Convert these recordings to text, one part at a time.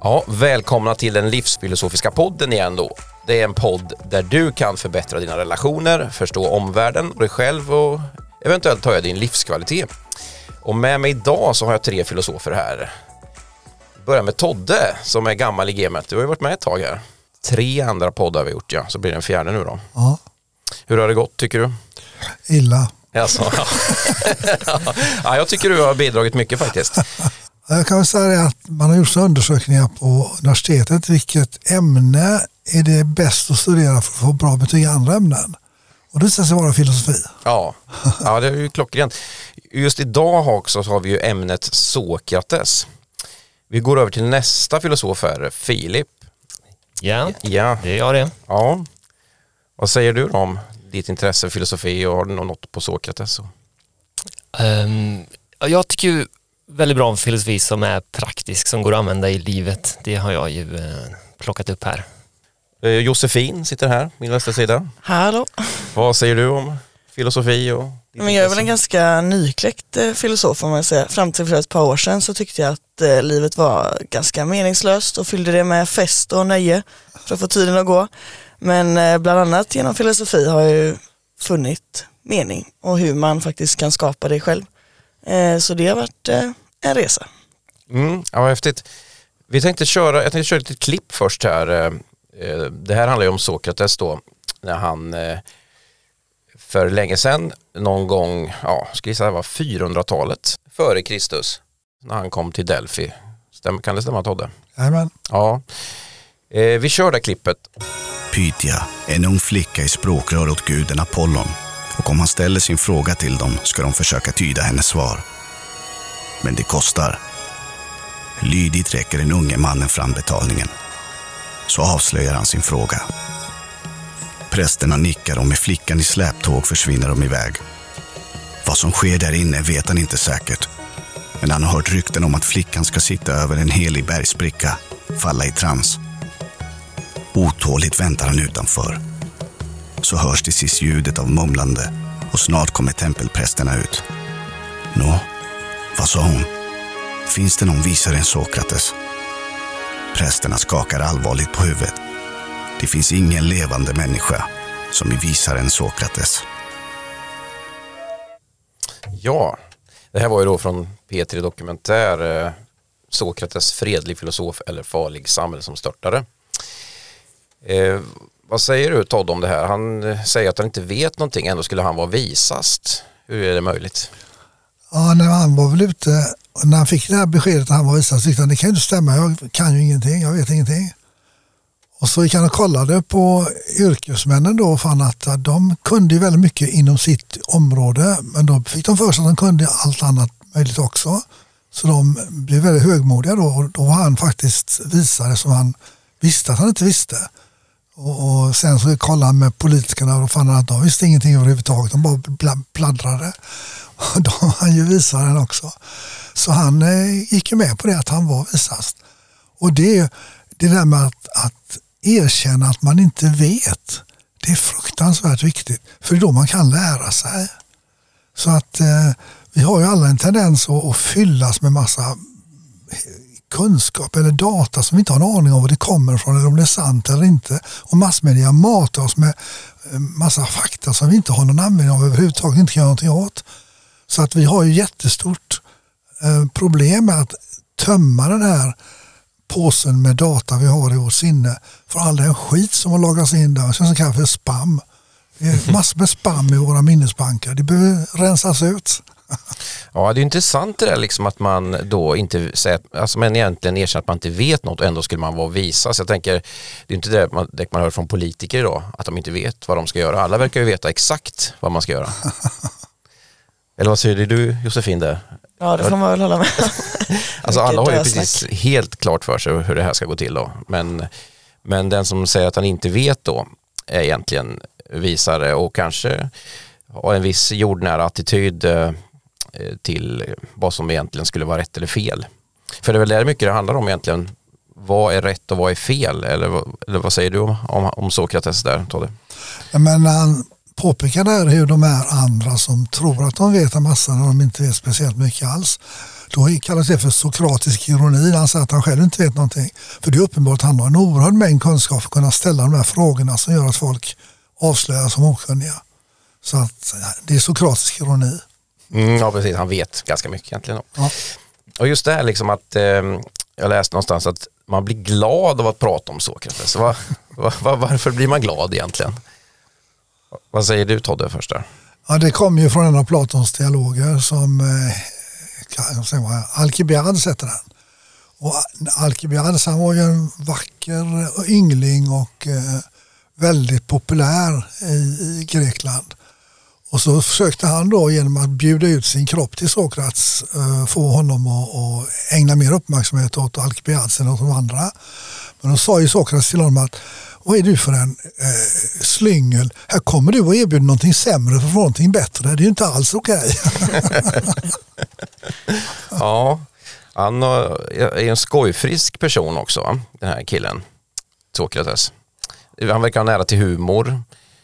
Ja, välkomna till den livsfilosofiska podden igen då. Det är en podd där du kan förbättra dina relationer, förstå omvärlden och dig själv och eventuellt höja din livskvalitet. Och med mig idag så har jag 3 filosofer här. Börjar med Todde som är gammal i gamet. Du har ju varit med ett tag här. 3 andra poddar har vi gjort, ja. Så blir det en 4:e nu då. Ja. Hur har det gått tycker du? Illa. Alltså, ja, jag tycker du har bidragit mycket faktiskt. Jag kan väl säga att man har gjort undersökningar på universitetet. Vilket ämne är det bäst att studera för att få bra betyg i andra ämnen? Och det ska vara filosofi. Ja, det är ju klockrent. Just idag också så har vi ju ämnet Sokrates. Vi går över till nästa filosof här, Filip. Ja, Ja, det är jag det. Ja. Vad säger du om ditt intresse för filosofi och har du något på Sokrates? Jag tycker ju väldigt bra om filosofi som är praktisk, som går att använda i livet. Det har jag ju plockat upp här. Josefin sitter här, min västra sida. Hallå. Vad säger du om filosofi? Och Men jag är väl en ganska nykläckt filosof om man säger. Fram till för ett par år sedan så tyckte jag att livet var ganska meningslöst och fyllde det med fest och nöje för att få tiden att gå. Men bland annat genom filosofi har jag ju funnit mening och hur man faktiskt kan skapa det själv. Så det har varit en resa. Ja, häftigt. Jag tänkte köra ett litet klipp först här. Det här handlar ju om Sokrates då. När han för länge sedan, någon gång, ska jag säga var 400-talet före Kristus, när han kom till Delphi. Kan det stämma, Todde? Jajamän. Ja. Vi kör det klippet. Pythia, en ung flicka i språkrör åt guden Apollon, och om han ställer sin fråga till dem ska de försöka tyda hennes svar. Men det kostar. Lydigt räcker den unge mannen fram betalningen. Så avslöjar han sin fråga. Prästerna nickar och med flickan i släptåg försvinner de iväg. Vad som sker där inne vet han inte säkert. Men han har hört rykten om att flickan ska sitta över en helig bergsbricka, falla i trans. Otåligt väntar han utanför. Så hörs till sist ljudet av mumlande och snart kommer tempelprästerna ut. Nå, vad sa hon? Finns det någon visare än Sokrates? Prästerna skakar allvarligt på huvudet. Det finns ingen levande människa som är visare än Sokrates. Ja, det här var ju då från P3 Dokumentär, Sokrates, fredlig filosof eller farlig samhällsomstörtare. Vad säger du, Todd, om det här? Han säger att han inte vet någonting, ändå skulle han vara visast. Hur är det möjligt? Ja, när han var väl ute, när han fick det här beskedet att han var visast, tyckte han det kan ju inte stämma, jag kan ju ingenting, jag vet ingenting. Och så gick han och kollade på yrkesmännen då och fann att de kunde ju väldigt mycket inom sitt område, men då fick de för sig att de kunde allt annat möjligt också. Så de blev väldigt högmodiga då, och då var han faktiskt visare som han visste att han inte visste. Och sen så kollade han med politikerna och fann att de visste ingenting överhuvudtaget, de bara pladdrade. Och då var han ju visaren också. Så han gick ju med på det, att han var visast. Och det där med att erkänna att man inte vet, det är fruktansvärt viktigt. För det är då man kan lära sig. Så att vi har ju alla en tendens att fyllas med massa kunskap eller data som vi inte har en aning om var det kommer ifrån eller om det är sant eller inte. Och massmedia matar oss med massa fakta som vi inte har någon användning av överhuvudtaget, inte kan göra någonting åt. Så att vi har ju jättestort problem med att tömma den här påsen med data vi har i vårt sinne för all den skit som har lagats in där. Sen så kallas för spam. Det är massor med spam i våra minnesbanker. Det behöver rensas ut. Ja, det är intressant det där liksom att man då inte säger, alltså man egentligen erkänner att man inte vet något och ändå skulle man vara visa. Så jag tänker, det är inte det man hör från politiker idag, att de inte vet vad de ska göra. Alla verkar ju veta exakt vad man ska göra. Eller vad säger du, Josefin, där? Ja, det får man väl hålla med. Alltså alla har ju precis helt klart för sig hur det här ska gå till då. Men den som säger att han inte vet då är egentligen visare och kanske har en viss jordnära attityd till vad som egentligen skulle vara rätt eller fel. För det är väl där mycket det handlar om egentligen. Vad är rätt och vad är fel? Eller vad säger du om Sokrates där, Todde? Men han påpekar där hur de är andra som tror att de vet en massa när de inte vet speciellt mycket alls. Då kallas det för sokratisk ironi. Han säger att han själv inte vet någonting. För det är uppenbart att han har en oerhörd mängd kunskap för att kunna ställa de här frågorna som gör att folk avslöjas som okunniga. Så att det är sokratisk ironi. Ja, precis. Han vet ganska mycket egentligen. Ja. Och just det här liksom att jag läste någonstans att man blir glad av att prata om Sokrates. Varför blir man glad egentligen? Vad säger du, Todde, först där? Ja, det kommer ju från en av Platons dialoger som Alkibiades heter den. Och Alkibiades, han var ju en vacker yngling och väldigt populär i Grekland. Och så försökte han då genom att bjuda ut sin kropp till Sokrates få honom att ägna mer uppmärksamhet åt Alkibiades än åt de andra. Men då sa ju Sokrates till honom att vad är du för en slyngel? Här kommer du och erbjuder någonting sämre för någonting bättre. Det är ju inte alls okej. Ja, han är en skojfrisk person också, den här killen, Sokrates. Han verkar ha nära till humor.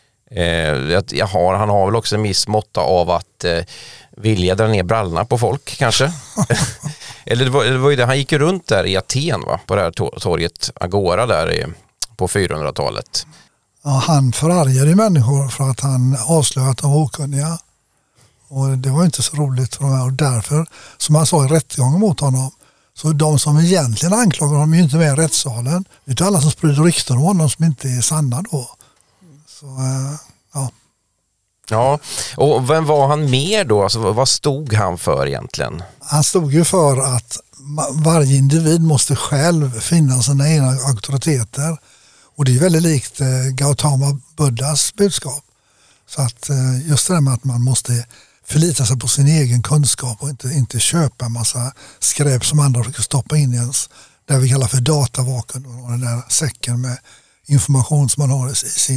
Han har väl också en viss måtta av att vilja dra ner brallorna på folk kanske. Eller det var ju det, han gick ju runt där i Aten, va? På det här torget Agora där på 400-talet. Ja, han förargade människor för att han avslöjade att de var okunniga. Och det var inte så roligt för dem här. Och därför, som han sa i rättegången mot honom, så de som egentligen anklagar honom är ju inte med i rättssalen. Det är inte alla som sprider rykten om honom som inte är sanna då. Så, ja. Ja, och vem var han mer då? Alltså, vad stod han för egentligen? Han stod ju för att varje individ måste själv finna sina egna auktoriteter. Och det är väldigt likt Gautama Buddhas budskap. Så att just det där med att man måste förlita sig på sin egen kunskap och inte köpa en massa skräp som andra försöker stoppa in i ens, där vi kallar för datavaken, och den där säcken med information som man har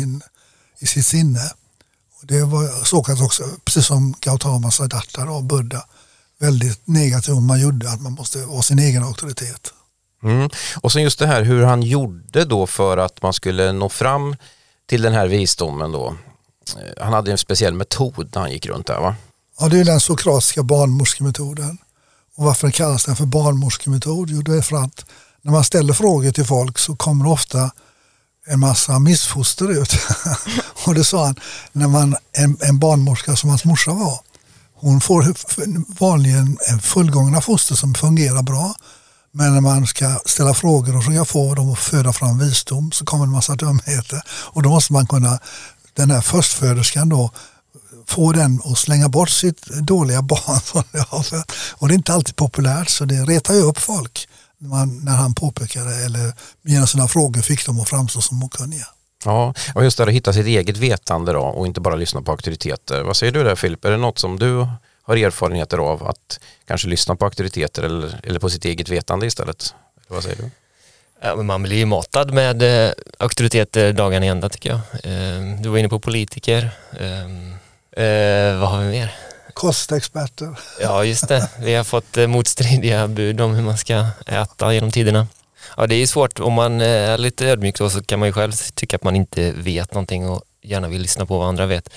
i sitt sinne. Och det var Sokrates också, precis som Gautama Siddhartha och Buddha, väldigt negativt om man gjorde, att man måste vara sin egen auktoritet. Och sen just det här hur han gjorde då för att man skulle nå fram till den här visdomen då. Han hade en speciell metod när han gick runt där, va? Ja, det är den sokratiska barnmorskemetoden. Och varför kallas den för barnmorskemetod? Jo, det är för att när man ställer frågor till folk så kommer ofta en massa missfoster ut. Och det sa han, när en barnmorska som hans morsa var, hon får vanligen en fullgångna foster som fungerar bra. Men när man ska ställa frågor och försöka få dem att föda fram visdom så kommer en massa dumheter. Och då måste man kunna, den här förstföderskan då, få den att slänga bort sitt dåliga barn. Och det är inte alltid populärt, så det retar ju upp folk när han påpekade eller genom sina frågor fick dem att framstå som okunniga. Ja, och just det att hitta sitt eget vetande då och inte bara lyssna på auktoriteter. Vad säger du där, Filip? Är det något som du har erfarenheter av, att kanske lyssna på auktoriteter eller på sitt eget vetande istället? Eller vad säger du? Ja, men man blir ju matad med auktoriteter dagen i ända, tycker jag. Du var inne på politiker. Vad har vi mer? Kostexperter. Ja, just det. Vi har fått motstridiga bud om hur man ska äta genom tiderna. Ja, det är svårt. Om man är lite ödmjuk så kan man ju själv tycka att man inte vet någonting och gärna vill lyssna på vad andra vet.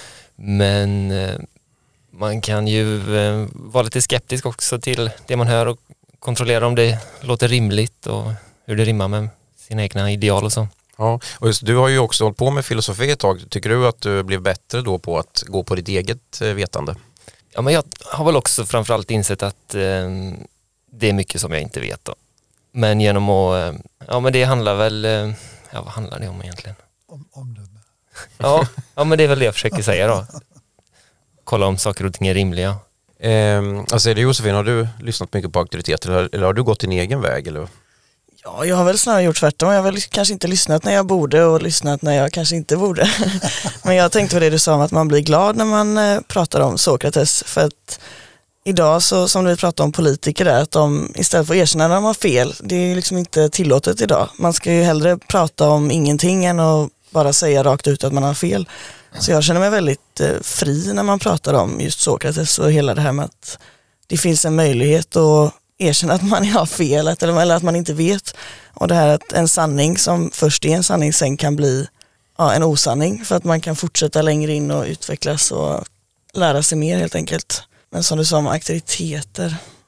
Men man kan ju vara lite skeptisk också till det man hör och kontrollera om det låter rimligt och hur det rimmar med sina egna ideal och så. Ja, och just, du har ju också hållit på med filosofi ett tag. Tycker du att du blev bättre då på att gå på ditt eget vetande? Ja, men jag har väl också framförallt insett att det är mycket som jag inte vet då. Men genom att, ja men det handlar väl, ja vad handlar det om egentligen? Omdöme. Ja, men det är väl det jag försöker säga då. Kolla om saker och ting är rimliga. Alltså är det Josefin, har du lyssnat mycket på auktoriteter eller har du gått din egen väg? Eller? Ja, jag har väl snarare gjort tvärtom. Jag har väl kanske inte lyssnat när jag borde och lyssnat när jag kanske inte borde. Men jag tänkte på det du sa om att man blir glad när man pratar om Sokrates. För att idag, så som vi pratar om politiker där, att de istället för att erkänna när de har fel, det är liksom inte tillåtet idag. Man ska ju hellre prata om ingenting än att bara säga rakt ut att man har fel. Så jag känner mig väldigt fri när man pratar om just Sokrates och hela det här med att det finns en möjlighet att erkänna att man har fel eller att man inte vet. Och det här att en sanning som först är en sanning sen kan bli en osanning för att man kan fortsätta längre in och utvecklas och lära sig mer helt enkelt. Men som du sa om auktoriteter.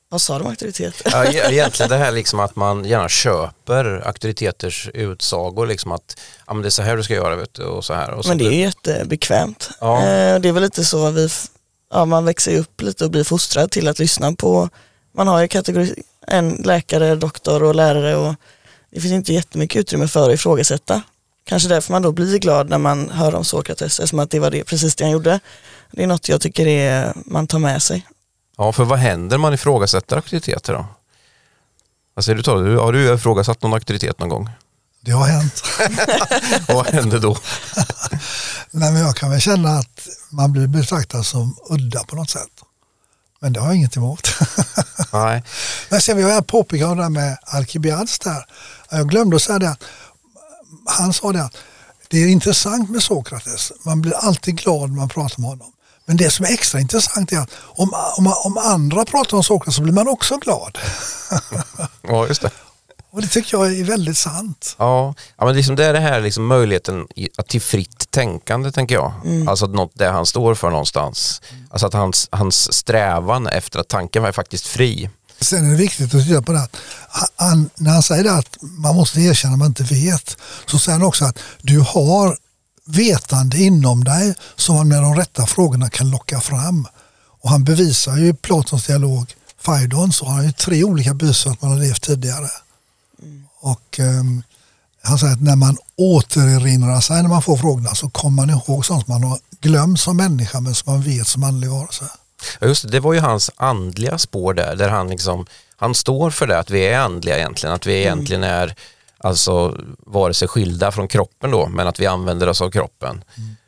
Vad sa de auktoritet? Ja, egentligen det här liksom att man gärna köper auktoriteters utsagor, liksom att ja, men det är så här du ska göra, vet du, och så här. Och så men det är ju jättebekvämt. Ja. Det är väl lite så man växer upp lite och blir fostrad till att lyssna på, man har ju kategori, en läkare, doktor och lärare, och det finns inte jättemycket utrymme för att ifrågasätta. Kanske därför man då blir glad när man hör om Sokrates, som att det var precis det han gjorde. Det är något jag tycker man tar med sig. Ja, för vad händer man ifrågasätter auktoriteter då? Vad säger du? Har du ifrågasatt någon auktoritet någon gång? Det har hänt. Vad händer då? Nej, men jag kan väl känna att man blir betraktad som udda på något sätt. Men det har jag inget emot. Nej. Men sen vill jag påpeka om det här med Alkibiades där. Jag glömde att säga det. Han sa det att det är intressant med Sokrates. Man blir alltid glad när man pratar med honom. Men det som är extra intressant är att om andra pratar om Sokrates så blir man också glad. Ja, just det. Och det tycker jag är väldigt sant. Ja, men liksom det är det här liksom möjligheten till fritt tänkande, tänker jag. Alltså något där han står för någonstans. Alltså att hans strävan efter att tanken var faktiskt fri. Sen är det viktigt att titta på det. När han säger det att man måste erkänna att man inte vet, så säger han också att du har vetande inom dig som man med de rätta frågorna kan locka fram. Och han bevisar ju i Platons dialog Phaidon, så har han ju 3 olika bevis att man har levt tidigare. Och han säger att när man återerinrar sig när man får frågorna så kommer man ihåg sånt som man har glömt som människa men som man vet som andlig varelse. Ja, just det var ju hans andliga spår där han står för det, att vi är andliga egentligen, att vi egentligen är alltså vare sig skilda från kroppen då, men att vi använder oss av kroppen.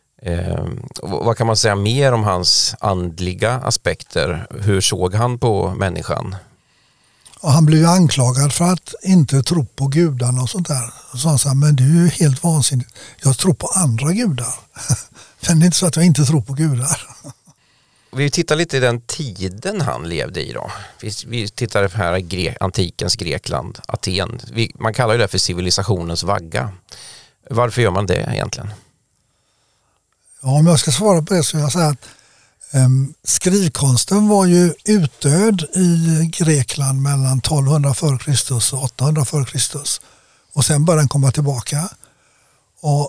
Vad kan man säga mer om hans andliga aspekter? Hur såg han på människan? Och han blev ju anklagad för att inte tro på gudarna och sånt där. Och så sa han, men det är ju helt vansinnigt. Jag tror på andra gudar. Men det är inte så att jag inte tror på gudar. Vi tittar lite i den tiden han levde i då. Vi tittar på här antikens Grekland, Aten. Man kallar ju det för civilisationens vagga. Varför gör man det egentligen? Ja, om jag ska svara på det så vill jag säga att skrivkonsten var ju utdöd i Grekland mellan 1200 f.Kr. och 800 f.Kr. Och sen började den komma tillbaka. Och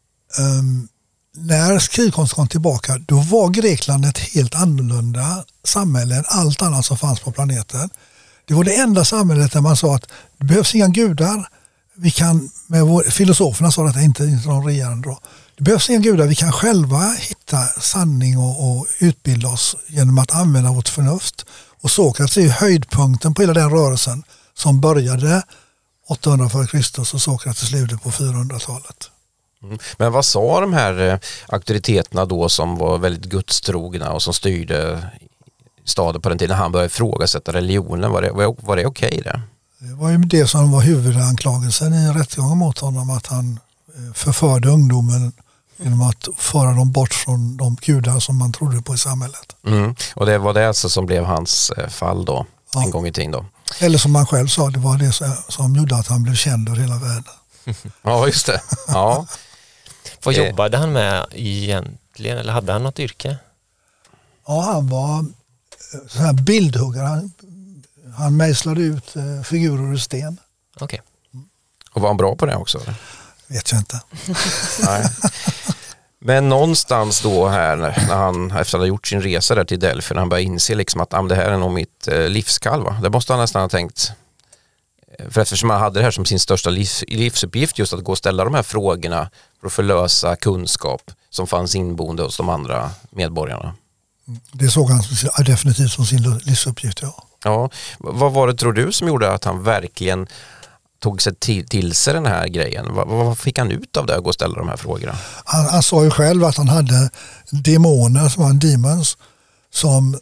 när skrivkonsten kom tillbaka, då var Grekland ett helt annorlunda samhälle än allt annat som fanns på planeten. Det var det enda samhället där man sa att det behövs inga gudar. Vi kan, filosoferna sa att det inte någon regerande då. Det behövs inga gudar, vi kan själva hitta sanning och utbilda oss genom att använda vårt förnuft. Och Sokrates är ju höjdpunkten på hela den rörelsen som började 800 f.Kr. och Sokrates levde på 400-talet. Men vad sa de här auktoriteterna då som var väldigt gudstrogna och som styrde staden på den tiden han började ifrågasätta religionen? Var det okej det? Det var ju det som var huvudanklagelsen i rättegången mot honom, att han förförde ungdomen genom att föra dem bort från de gudar som man trodde på i samhället. Och det var det alltså som blev hans fall då, en gång i tiden då? Eller som man själv sa, det var det som gjorde att han blev känd över hela världen. Ja, just det. Ja. Vad jobbade han med egentligen, eller hade han något yrke? Ja, han var så här bildhuggare. Han mejslade ut figurer ur sten. Okej. Och var han bra på det också? Eller? Vet jag inte. Nej. Men någonstans då här när han efter att ha gjort sin resa där till Delphi, när han börjar inse liksom att det här är nog mitt livskall, va? Det måste han nästan ha tänkt. För eftersom han hade det här som sin största livsuppgift, just att gå och ställa de här frågorna för att förlösa kunskap som fanns inboende hos de andra medborgarna. Det såg han definitivt som sin livsuppgift, ja. Ja, vad var det tror du som gjorde att han verkligen tog sig till sig den här grejen? Vad fick han ut av det att gå och ställa de här frågorna? Han sa ju själv att han hade demoner som var demons som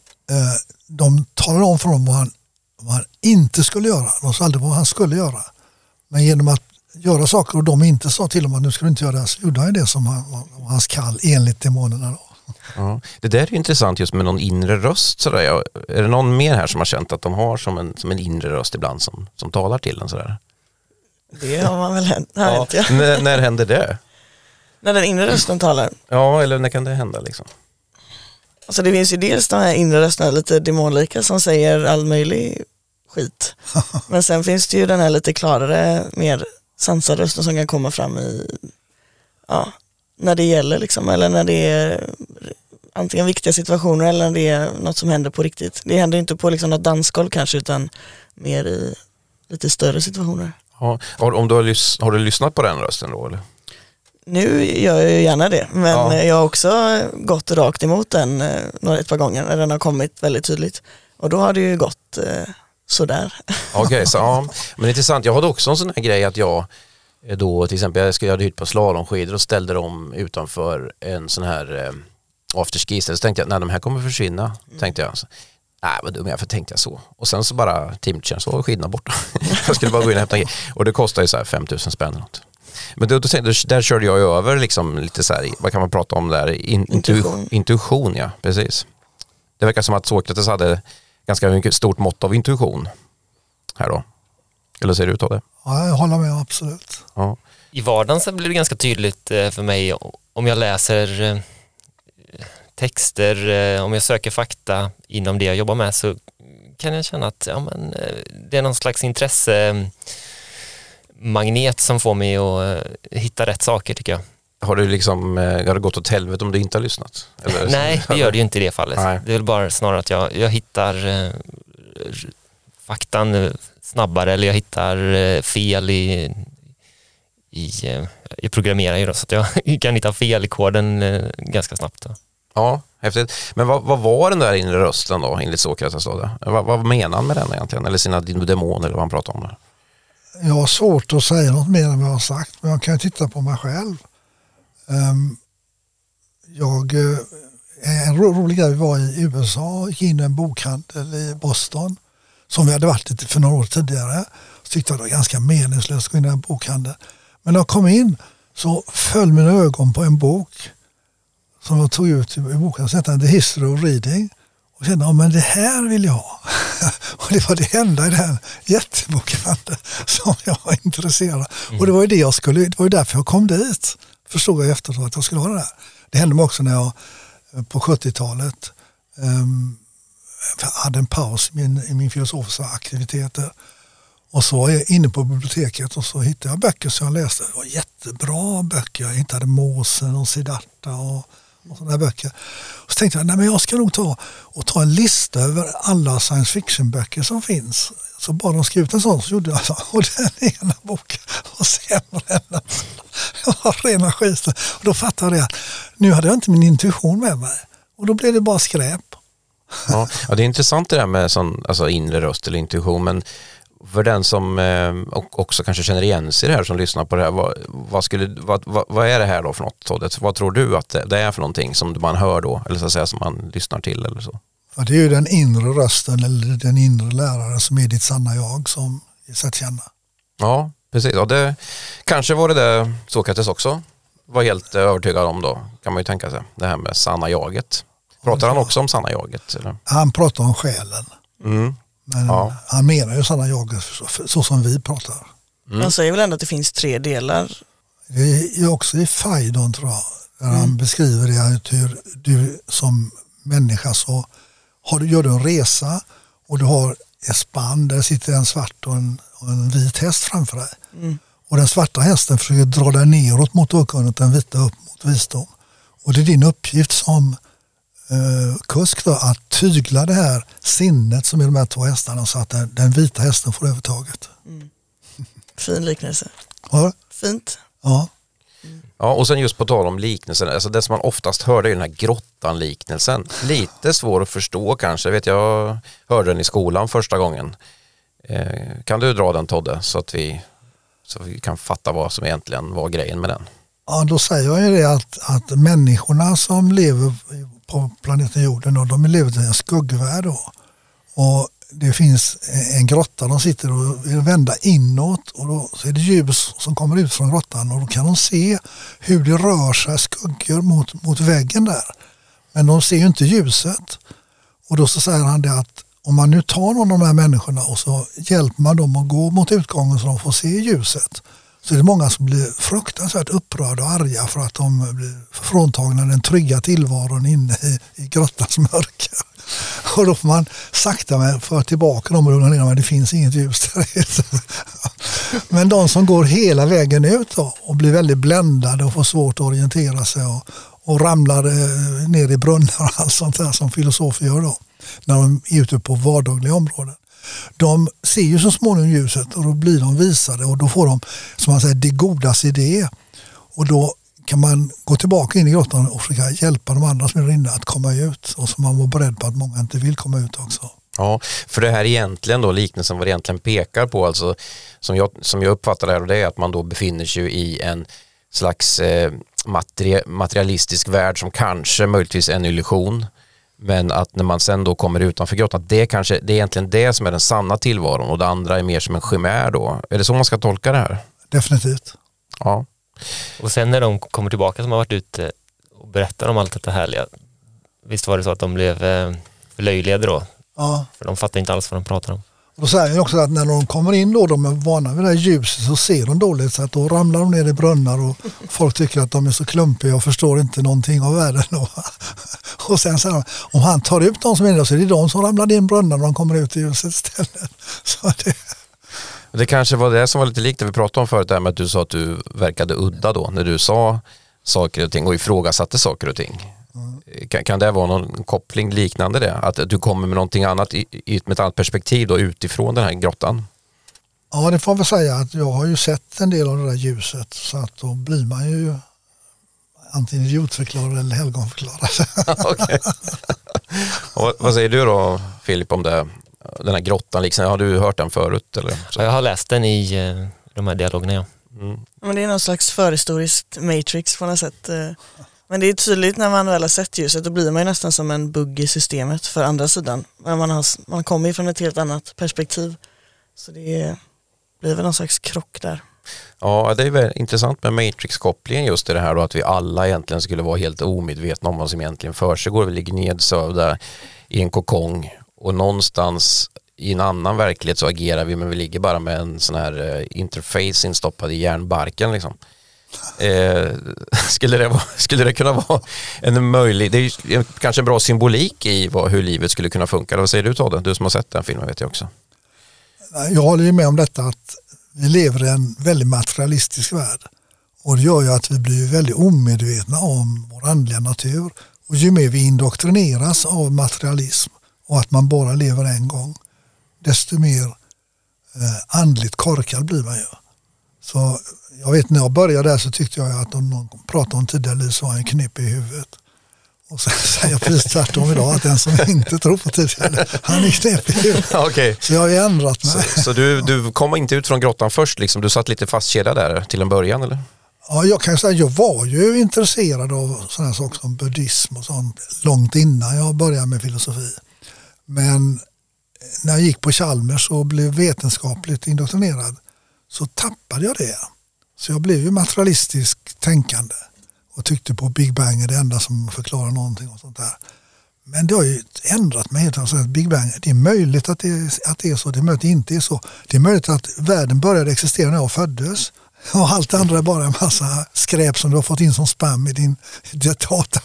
de talade om för honom vad han inte skulle göra. De sa aldrig vad han skulle göra. Men genom att göra saker och de inte sa till honom att nu ska du inte göra det, så gjorde han det som var hans kall enligt demonerna då. Ja, det där är ju intressant just med någon inre röst. Sådär. Är det någon mer här som har känt att de har som en inre röst ibland som talar till en sådär? Det har man väl hänt. Ja. När händer det? När den inre rösten talar? Ja, eller när kan det hända liksom? Alltså det finns ju dels de här inre rösterna lite demonlika som säger all möjlig skit. Men sen finns det ju den här lite klarare, mer sansade rösten som kan komma fram i, ja, när det gäller liksom, eller när det är antingen viktiga situationer eller när det är något som händer på riktigt. Det händer inte på liksom något dansgolv kanske, utan mer i lite större situationer. Ja, har du lyssnat på den rösten då eller? Nu gör jag ju gärna det, men jag har också gått rakt emot den ett par gånger när den har kommit väldigt tydligt. Och då har det ju gått sådär. Okej, så ja. Men intressant. Jag hade också en sån här grej att jag då till exempel jag hade hyrt på slalomskidor och ställde dem utanför en sån här afterski. Så tänkte jag, nej de här kommer försvinna, tänkte jag. Nej, vad dum jag, för tänkte jag så. Och sen så bara timtjänst var skidorna borta. Jag skulle bara gå in och hämta grejer. Och det kostar ju så här 5 000 spänn eller något. Men då där körde jag ju över liksom lite så här, vad kan man prata om där? Intuition, ja, precis. Det verkar som att Sokrates hade ganska mycket stort mått av intuition här då. Eller ser det ut av det? Ja, jag håller med, absolut. Ja. I vardagen så blir det ganska tydligt för mig om jag läser texter, om jag söker fakta inom det jag jobbar med, så kan jag känna att det är någon slags intressemagnet som får mig att hitta rätt saker, tycker jag. Har det gått åt helvete om du inte har lyssnat? Eller? Nej, det gör det ju inte i det fallet. Nej. Det är väl bara snarare att jag hittar faktan snabbare, eller jag hittar fel i programmering då, så att jag kan hitta fel i koden ganska snabbt då. Ja, häftigt. Men vad var den där inre rösten då, enligt Sokrates då? Vad menar han med den egentligen? Eller sina demoner, eller vad han pratar om där? Jag har svårt att säga något mer än vad jag har sagt, men jag kan titta på mig själv. En rolig grej, vi var i USA och gick in i en bokhandel i Boston som vi hade varit lite för några år tidigare. Så tyckte jag det var ganska meningslöst att gå in i en bokhandel. Men när jag kom in så föll mina ögon på en bok som jag tog ut i boken, som hette The History of Reading. Och kände, men det här vill jag ha. Och det var det enda i den jättebokhandeln som jag var intresserad av. Och det var ju det det var ju därför jag kom dit. Förstod jag efteråt att jag skulle ha det där. Det hände mig också när jag på 70-talet hade en paus i min filosofiska aktiviteter. Och så var jag inne på biblioteket och så hittade jag böcker som jag läste. Det var jättebra böcker. Jag hittade Måsen och Siddhartha och sådana böcker. Och så tänkte jag, men jag ska nog ta en lista över alla science fiction-böcker som finns. Så bara de skrev ut en sån, så gjorde jag så. Och den ena boken var sämre än den. Det var rena skiten. Och då fattade jag att nu hade jag inte min intuition med mig. Och då blev det bara skräp. Ja, det är intressant det där med inre röst eller intuition, men för den som också kanske känner igen sig i det här, som lyssnar på det här, vad är det här då för något, Todde? Vad tror du att det är för någonting som man hör då, eller så att säga som man lyssnar till eller så? Ja, det är ju den inre rösten eller den inre läraren som är ditt sanna jag som är så att känna. Ja, precis. Ja, det kanske var det Sokrates också var helt övertygad om då, kan man ju tänka sig. Det här med sanna jaget. Pratar han också om sanna jaget? Eller? Han pratar om själen. Mm. Men han menar ju sanna jaget så som vi pratar. Han säger väl ändå att det finns 3 delar? Det är också i Phaidon, tror jag, där han beskriver det, hur du som människa så gör du en resa och du har ett spann där sitter en svart och en vit häst framför dig. Och den svarta hästen försöker dra dig neråt mot okunnighet, den vita upp mot visdom. Och det är din uppgift som kusk då, att tygla det här sinnet som är de här 2 hästarna, så att den vita hästen får övertaget. Fin liknelse. Ja. Fint. Ja. Ja, och sen just på tal om liknelsen, alltså det som man oftast hörde är den här grottan-liknelsen. Lite svår att förstå kanske, jag hörde den i skolan första gången. Kan du dra den, Todde, så att vi kan fatta vad som egentligen var grejen med den? Ja, då säger jag ju det att människorna som lever på planeten jorden, och de lever i en skuggvärld då. Och det finns en grotta, de sitter och är vända inåt, och då så är det ljus som kommer ut från grottan, och då kan de se hur det rör sig skuggor mot väggen där. Men de ser ju inte ljuset. Och då så säger han det att om man nu tar någon av de här människorna och så hjälper man dem att gå mot utgången så de får se ljuset, så är det många som blir fruktansvärt upprörda och arga för att de blir fråntagna den trygga tillvaron inne i grottans mörker. Och då får man sakta med för tillbaka dem och lugna ner dem, men det finns inget ljus där. Men de som går hela vägen ut då, och blir väldigt bländade och får svårt att orientera sig och ramlar ner i brunnar och allt sånt där som filosofer gör då, när de är ute på vardagliga områden. De ser ju så småningom ljuset och då blir de visade och då får de, som man säger, det godas idé. Och då kan man gå tillbaka in i grottan och försöka hjälpa de andra som är inne att komma ut. Och så man var beredd på att många inte vill komma ut också. Ja, för det här egentligen då, liknelsen vad det egentligen pekar på, alltså som jag uppfattar det här, och det är att man då befinner sig i en slags materialistisk värld som kanske möjligtvis är en illusion. Men att när man sen då kommer utanför grottan, det är egentligen det som är den sanna tillvaron och det andra är mer som en chimär då. Är det så man ska tolka det här? Definitivt. Ja. Och sen när de kommer tillbaka som har varit ute och berättar om allt detta härliga, visst var det så att de blev förlöjligade då? Ja. För de fattar inte alls vad de pratar om. Och då säger jag också att när de kommer in då, de är vana vid det här ljuset, så ser de dåligt, så att då ramlar de ner i brunnar och folk tycker att de är så klumpiga och förstår inte någonting av världen då. Och sen säger de, om han tar ut de som är där så är det de som ramlar in i brunnar när de kommer ut i ljuset istället. Så det kanske var det som var lite likt det vi pratade om förut, där med att du sa att du verkade udda då när du sa saker och ting och ifrågasatte saker och ting. Kan det vara någon koppling liknande det? Att du kommer med någonting annat med ett annat perspektiv då, utifrån den här grottan? Ja, det får väl säga att jag har ju sett en del av det där ljuset, så att då blir man ju antingen idiotförklarad eller helgonförklarad. Okej. Vad säger du då, Filip, om det, den här grottan? Liksom, har du hört den förut? Eller? Ja, jag har läst den i de här dialogerna, ja. Men det är någon slags förhistoriskt Matrix på något sätt. Men det är tydligt när man väl har sett ljuset, då blir man ju nästan som en bugg i systemet för andra sidan. Man kommer ju från ett helt annat perspektiv. Så det blir väl någon slags krock där. Ja, det är väl intressant med Matrix-kopplingen just i det här då, att vi alla egentligen skulle vara helt omedvetna om vad som egentligen försiggår. Vi ligger nedsövda i en kokong och någonstans i en annan verklighet så agerar vi, men vi ligger bara med en sån här interface instoppad i hjärnbarken liksom. Skulle det kunna vara en möjlig, det är kanske en bra symbolik i hur livet skulle kunna funka. Vad säger du, Todde? Du som har sett den filmen vet jag också. Jag håller ju med om detta att vi lever i en väldigt materialistisk värld, och det gör ju att vi blir väldigt omedvetna om vår andliga natur, och ju mer vi indoktrineras av materialism och att man bara lever en gång, desto mer andligt korkad blir man ju. Så jag vet, när jag började där så tyckte jag att om någon pratade om tidigare liv så var en knep i huvudet. Och sen säger jag precis tvärtom idag, att den som inte tror på tidigare, han är knep i huvudet. Okay. Så jag har ändrat mig. Så du kom inte ut från grottan först liksom? Du satt lite fastkedjad där till en början, eller? Ja, jag kan säga att jag var ju intresserad av sådana saker som buddhism och sånt långt innan jag började med filosofi. Men när jag gick på Chalmers och blev vetenskapligt indoktrinerad så tappade jag det. Så jag blev ju materialistisk tänkande och tyckte på Big Bang är det enda som förklarar någonting och sånt där. Men det har ju ändrat mig helt och hållet. Big Bang, det är möjligt att det är så, det är möjligt att det inte är så. Det är möjligt att världen började existera när jag föddes och allt andra är bara en massa skräp som du har fått in som spam i din data.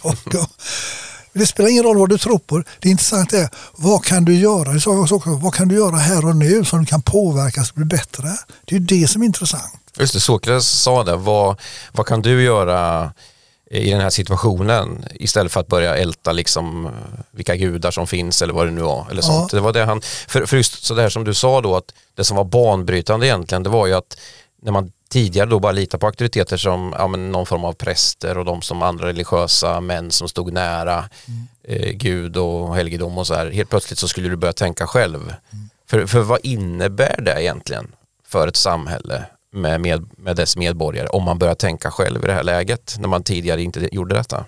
Det spelar ingen roll vad du tror på. Det intressanta är, vad kan du göra? Det sa jag också, vad kan du göra här och nu som du kan påverka så att det blir bättre? Det är ju det som är intressant. Just det, Sokrates sa det. Vad kan du göra i den här situationen istället för att börja älta liksom vilka gudar som finns eller vad det nu var eller sånt. Ja. Det var det han, för just så där som du sa då, att det som var banbrytande egentligen, det var ju att när man tidigare då bara litar på auktoriteter som någon form av präster och de som andra religiösa män som stod nära Gud och helgedom och så här, helt plötsligt så skulle du börja tänka själv. För vad innebär det egentligen för ett samhälle med dess medborgare om man börjar tänka själv i det här läget när man tidigare inte gjorde detta?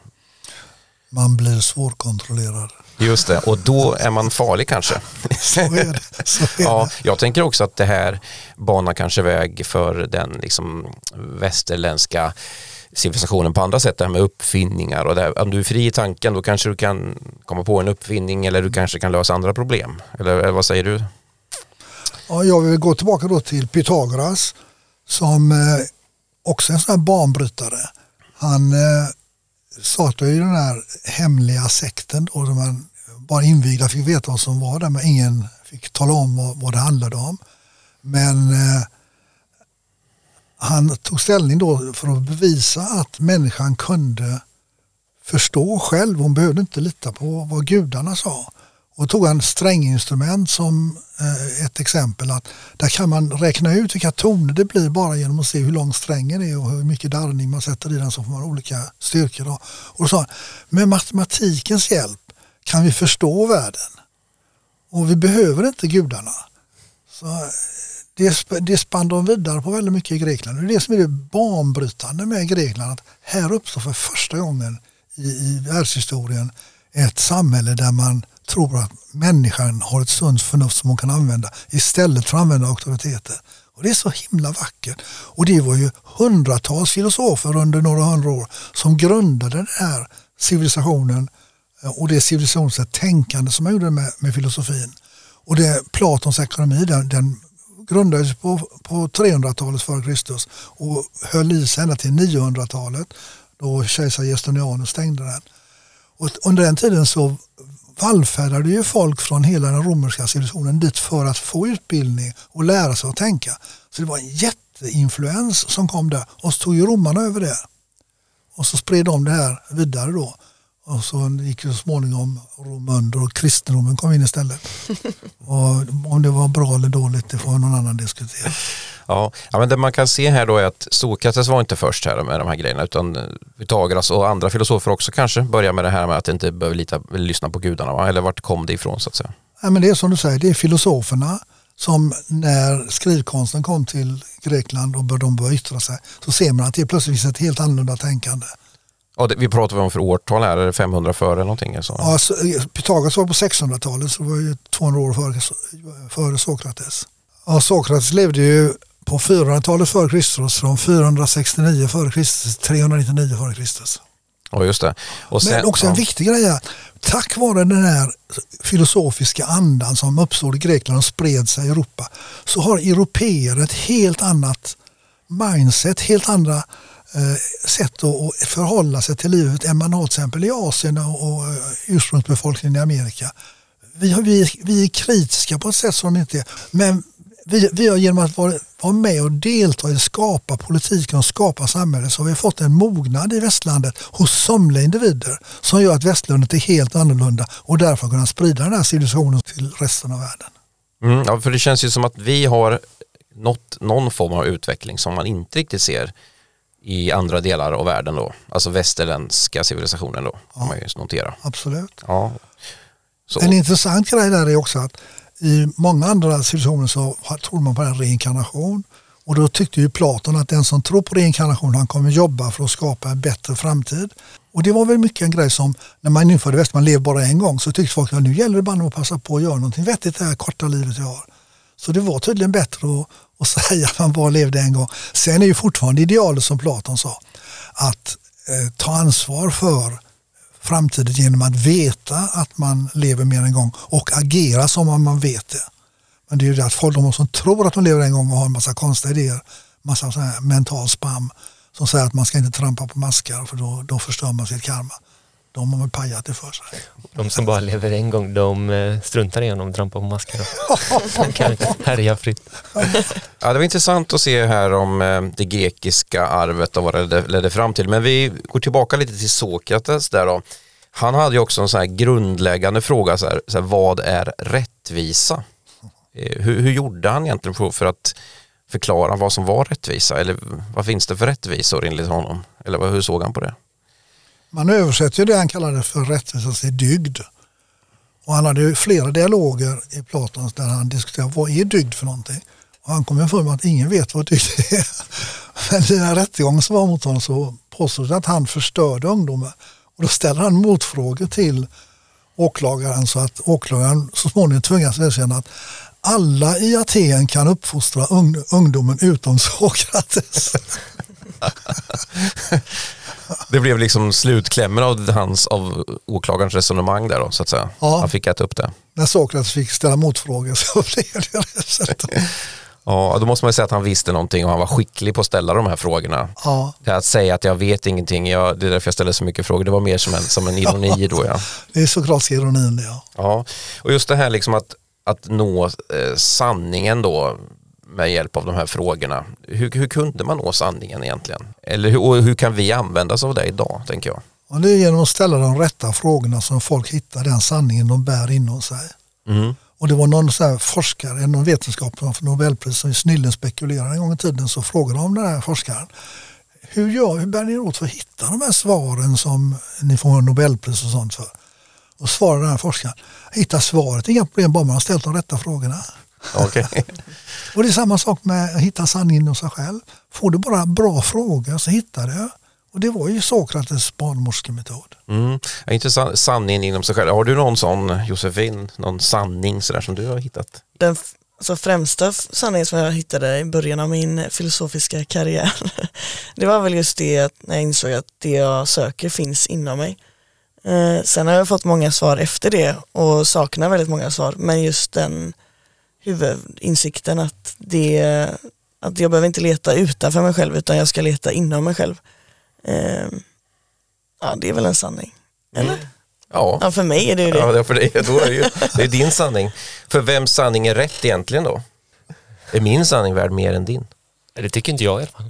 Man blir svårkontrollerad. Just det, och då är man farlig kanske. Så är det. Ja, jag tänker också att det här banar kanske väg för den liksom västerländska civilisationen på andra sätt, det här med uppfinningar och det, om du är fri i tanken då kanske du kan komma på en uppfinning eller du kanske kan lösa andra problem. Eller vad säger du? Ja, jag vill gå tillbaka då till Pythagoras som också en sån här banbrytare. Han startade ju den här hemliga sekten då, där man bara invigda fick veta vad som var där, men ingen fick tala om vad det handlade om. Men han tog ställning då för att bevisa att människan kunde förstå själv. Hon behövde inte lita på vad gudarna sa. Och tog han stränginstrument som ett exempel, att där kan man räkna ut vilka toner det blir bara genom att se hur lång strängen är och hur mycket darrning man sätter i den, så får man olika styrkor. Då. Och då sa han, med matematikens hjälp kan vi förstå världen. Och vi behöver inte gudarna. Så det spann de vidare på väldigt mycket i Grekland. Det är det som är det banbrytande med Grekland, att här uppstår för första gången i världshistorien ett samhälle där man tror att människan har ett sunt förnuft som hon kan använda istället för att använda auktoriteter. Och det är så himla vackert. Och det var ju hundratals filosofer under några hundra år som grundade den här civilisationen och det civilisationssätt tänkande som man gjorde med filosofin. Och det Platons ekonomi, den grundades på 300-talet före Kristus och höll i sig ända till 900-talet då kejsar Justinianus stängde den. Och under den tiden så vallfärdade ju folk från hela den romerska civilisationen dit för att få utbildning och lära sig att tänka. Så det var en jätteinfluens som kom där, och så tog ju romarna över det. Och så spred de det här vidare då. Och så gick det så småningom Rom under och kristendomen kom in istället. Och om det var bra eller dåligt, det får någon annan diskutera. Ja, men det man kan se här då är att Sokrates var inte först här med de här grejerna, utan Pythagoras och andra filosofer också kanske börjar med det här med att inte behöver lyssna på gudarna, va? Eller vart kom det ifrån så att säga? Ja, men det är som du säger, det är filosoferna som när skrivkonsten kom till Grekland och de började yttra sig, så ser man att det plötsligt finns ett helt annorlunda tänkande. Ja, vi pratar om för årtal här, är det 500 före eller någonting? Alltså. Ja, Pythagoras var på 600-talet, så det var ju 200 år före Sokrates. Ja, Sokrates levde ju på 400-talet före Kristus, från 469 före Kristus till 399 före Kristus. Ja, just det. Och sen, men också en viktig grej är, tack vare den här filosofiska andan som uppstod i Grekland och spred sig i Europa, så har europeer ett helt annat mindset, helt andra sätt att förhålla sig till livet än man har till exempel i Asien och ursprungsbefolkningen i Amerika. Vi är kritiska på ett sätt som de inte är. Men vi har genom att vara med och delta i att skapa politiken och skapa samhället, så har vi fått en mognad i västlandet hos somliga individer som gör att västlandet är helt annorlunda och därför kunna sprida den här civilisationen till resten av världen. Ja, för det känns ju som att vi har nått någon form av utveckling som man inte riktigt ser i andra delar av världen då. Alltså västerländska civilisationen då, kan man ju notera. Absolut. Ja. Så. En intressant grej där är också att i många andra civilisationer så tror man på en reinkarnation. Och då tyckte ju Platon att den som tror på reinkarnation, han kommer jobba för att skapa en bättre framtid. Och det var väl mycket en grej som, när man införde väst, man lever bara en gång, så tyckte folk att nu gäller det bara att passa på att göra någonting vettigt det här korta livet jag har. Så det var tydligen bättre att säga att man bara levde en gång. Sen är ju fortfarande idealet som Platon sa, att ta ansvar för framtiden genom att veta att man lever mer en gång och agera som om man vet det. Men det är ju det att folk som tror att de lever en gång och har en massa konstiga idéer, massa sån här mental spam som säger att man ska inte trampa på maskar för då förstör man sitt karma. De har väl pajat det för sig. De som bara lever en gång, de struntar igen om de trampar på maskar. De kan härja fritt. Ja, det var intressant att se här om det grekiska arvet och vad det ledde fram till. Men vi går tillbaka lite till Sokrates där då. Han hade ju också en sån här grundläggande fråga, så här, vad är rättvisa? Hur gjorde han egentligen för att förklara vad som var rättvisa? Eller vad finns det för rättvisor enligt honom? Eller hur såg han på det? Man översätter ju det han kallade för rättvisa till dygd. Och han hade ju flera dialoger i Platons där han diskuterade vad är dygd för någonting. Och han kom ju för mig att ingen vet vad dygd är. Men i den här rättegången som var mot honom så påstod att han förstörde ungdomar. Och då ställer han motfrågor till åklagaren så att åklagaren så småningom tvingas erkänna att alla i Aten kan uppfostra ungdomen utom Sokrates. Det blev liksom slutklämmen av åklagarens resonemang där då, så att säga. Ja. Han fick äta upp det. När Sokrates fick ställa motfrågor så blev det rätt. Ja, då måste man ju säga att han visste någonting och han var skicklig på att ställa de här frågorna. Ja. Det att säga att jag vet ingenting, det är därför jag ställer så mycket frågor. Det var mer som en ironi då, ja. Det är såklart ironin det, ja. Ja, och just det här liksom att nå sanningen då med hjälp av de här frågorna. Hur kunde man nå sanningen egentligen? Eller hur kan vi använda oss av det idag, tänker jag? Och det är genom att ställa de rätta frågorna som folk hittar den sanningen de bär inom sig. Mm. Och det var någon så här forskare, någon vetenskap för Nobelpris som snillen spekulerade en gång i tiden, så frågade de den här forskaren: hur bär ni åt för att hitta de här svaren som ni får Nobelpris och sånt för? Och svarade den här forskaren: hitta svaret, inga problem, bara man har ställt de rätta frågorna. Okay. Och det är samma sak med att hitta sanningen inom sig själv. Får du bara bra frågor så hittar du. Och det var ju Sokrates barnmorskemetod. Intressant, sanningen inom sig själv. Har du någon sån, Josefin, någon sanning så där som du har hittat? Den främsta sanningen som jag hittade i början av min filosofiska karriär, det var väl just det att när jag insåg att det jag söker finns inom mig. Sen har jag fått många svar efter det och saknar väldigt många svar, men just den huvudinsikten att jag behöver inte leta utanför mig själv utan jag ska leta inom mig själv. Ja, det är väl en sanning. Eller? Ja, för mig är det ju det. Ja, för dig, då är det är din sanning. För vems sanning är rätt egentligen då? Är min sanning värd mer än din? Det tycker inte jag i alla fall.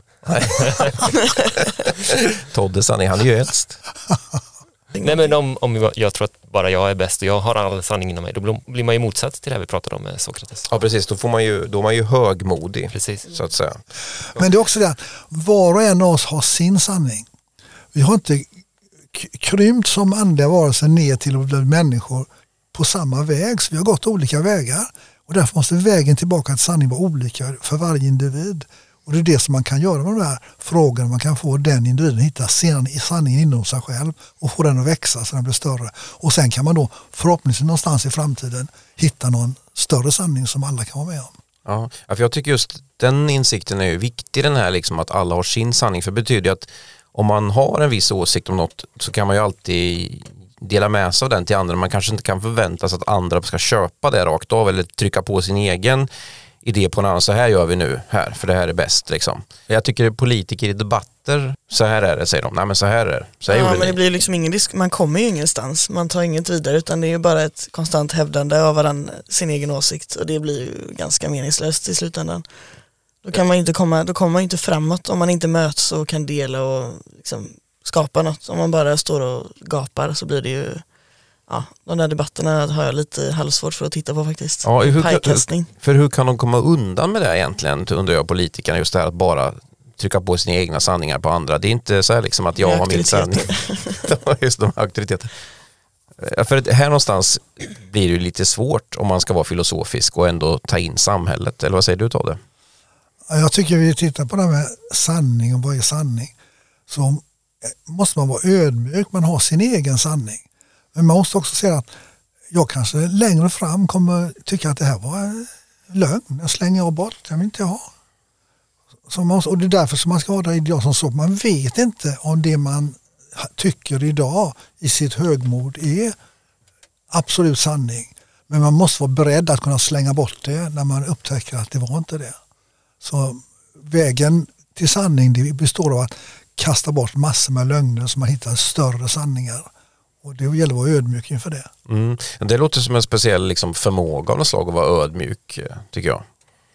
Toddes sanning, han är ju äldst. Nej, men om jag tror att bara jag är bäst och jag har all sanning inom mig, då blir man ju motsats till det här vi pratade om med Sokrates. Ja, precis. Då är man ju högmodig, precis. Så att säga. Men det är också det att var och en av oss har sin sanning. Vi har inte krympt som andliga varelser ner till att bli människor på samma väg, så vi har gått olika vägar. Och därför måste vägen tillbaka till sanning vara olika för varje individ. Och det är det som man kan göra med de här frågorna. Man kan få den individen hitta sanningen inom sig själv och få den att växa så den blir större. Och sen kan man då förhoppningsvis någonstans i framtiden hitta någon större sanning som alla kan vara med om. Ja, för jag tycker just den insikten är ju viktig, den här liksom att alla har sin sanning. För det betyder att om man har en viss åsikt om något så kan man ju alltid dela med sig av den till andra. Man kanske inte kan förvänta sig att andra ska köpa det rakt av eller trycka på sin egen idé på en annan. Så här gör vi nu här, för det här är bäst liksom. Jag tycker politiker i debatter, så här är det, säger de. Nej, men så här är det. Så här men det blir liksom ingen risk. Man kommer ju ingenstans. Man tar inget vidare, utan det är ju bara ett konstant hävdande av sin egen åsikt, och det blir ju ganska meningslöst i slutändan. Då kommer man inte framåt om man inte möts och kan dela och liksom skapa något. Om man bara står och gapar så blir det ju, de där debatterna har jag lite halvsvårt för att titta på faktiskt. Ja, hur kan de komma undan med det egentligen, undrar jag, politikerna, just det här att bara trycka på sina egna sanningar på andra. Det är inte så här liksom att jag har min sanning. Just de auktoriteter. För här någonstans blir det lite svårt om man ska vara filosofisk och ändå ta in samhället. Eller vad säger du, Todde? Jag tycker vi tittar på det här med sanning och vad är sanning. Så måste man vara ödmjuk, man har sin egen sanning. Men man måste också säga att jag kanske längre fram kommer tycka att det här var lögn. Jag slänger bort, jag vill inte ha. Och det är därför som man ska ha det idag som så. Man vet inte om det man tycker idag i sitt högmod är absolut sanning. Men man måste vara beredd att kunna slänga bort det när man upptäcker att det var inte det. Så vägen till sanning, det består av att kasta bort massor med lögner så man hittar större sanningar. Och det gäller att vara ödmjuk inför det. Det låter som en speciell liksom, förmåga av något slag att vara ödmjuk, tycker jag.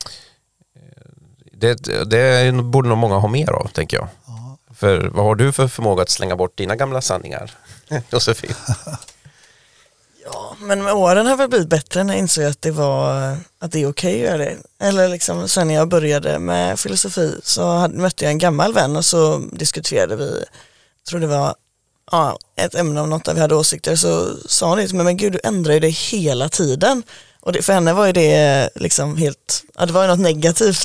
Det borde nog många ha mer av, tänker jag. Ja. För vad har du för förmåga att slänga bort dina gamla sanningar, Josefin? Ja, men med åren har det blivit bättre när jag insåg att det är okej att göra det. Eller liksom, sen när jag började med filosofi så mötte jag en gammal vän och så diskuterade vi, jag tror det var ett ämne om något där vi hade åsikter, så sa hon det, men gud, du ändrar ju det hela tiden. Och för henne var ju det liksom helt, det var ju något negativt.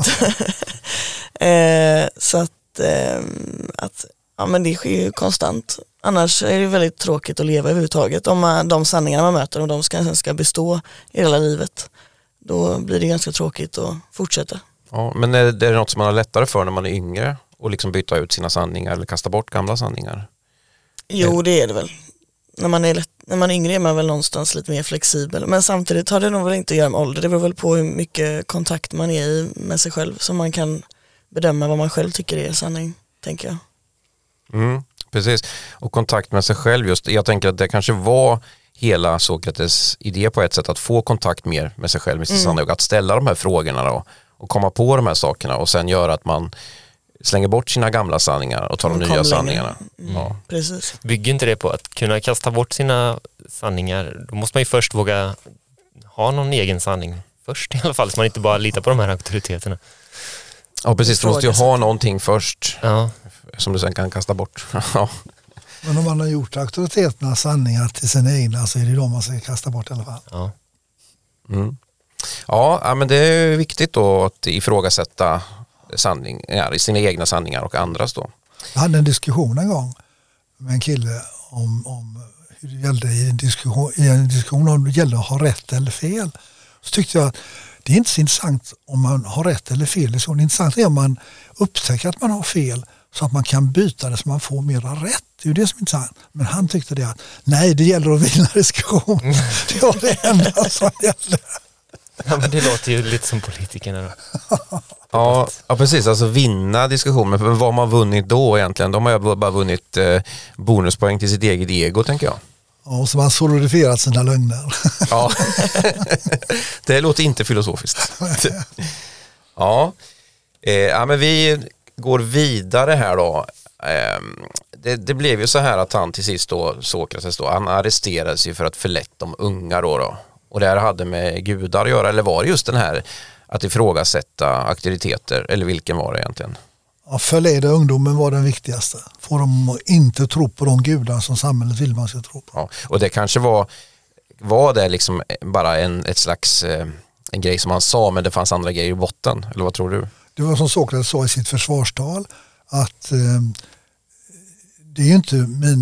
Så att men det sker ju konstant. Annars är det väldigt tråkigt att leva överhuvudtaget. Om de sanningar man möter och de ska bestå i hela livet, då blir det ganska tråkigt att fortsätta. Ja, men är det något som man har lättare för när man är yngre och liksom byta ut sina sanningar eller kasta bort gamla sanningar? Jo, det är det väl. när man är yngre är man väl någonstans lite mer flexibel. Men samtidigt har det nog väl inte att göra med ålder. Det beror väl på hur mycket kontakt man är i med sig själv. Så man kan bedöma vad man själv tycker är sanning, tänker jag. Precis. Och kontakt med sig själv just. Jag tänker att det kanske var hela Sokrates idé på ett sätt, att få kontakt mer med sig själv, med sin sanning, och att ställa de här frågorna då, och komma på de här sakerna och sen göra att man slänger bort sina gamla sanningar och tar de nya sanningarna. Ja. Precis. Bygger inte det på att kunna kasta bort sina sanningar? Då måste man ju först våga ha någon egen sanning först i alla fall, så man inte bara litar på de här auktoriteterna. Ja, precis. Du måste ju ha någonting först som du sen kan kasta bort. Men om man har gjort auktoriteternas sanningar till sina egna, så är det de man ska kasta bort i alla fall. Ja. Ja, men det är viktigt då att ifrågasätta sanningar, sina egna sanningar och andras då. Jag hade en diskussion en gång med en kille om hur det gällde i en diskussion om det gällde att ha rätt eller fel. Så tyckte jag att det är inte så intressant om man har rätt eller fel. Det är intressant om man upptäcker att man har fel, så att man kan byta det så man får mera rätt. Det är ju det som är intressant. Men han tyckte det att nej, det gäller att vinna diskussion. Det var det enda som gällde. Ja, men det låter ju lite som politikerna då. Ja, precis. Alltså vinna diskussioner. Men vad har man vunnit då egentligen? De har ju bara vunnit bonuspoäng till sitt eget ego, tänker jag. Ja, och så man solidifierat sina lögner. Ja, det låter inte filosofiskt. Ja, men vi går vidare här då. Det blev ju så här att han till sist då, Sokrates då, han arresterades ju för att förlett de unga då. Och det här hade med gudar att göra, eller var det just den här att ifrågasätta auktoriteter, eller vilken var det egentligen? Ja, förleda ungdomen var den viktigaste. Får de att inte tro på de gudar som samhället vill man ska tro på. Ja, och det kanske var det liksom bara ett slags en grej som han sa, men det fanns andra grejer i botten, eller vad tror du? Det var som Sokrates sa i sitt försvarstal, att det är ju inte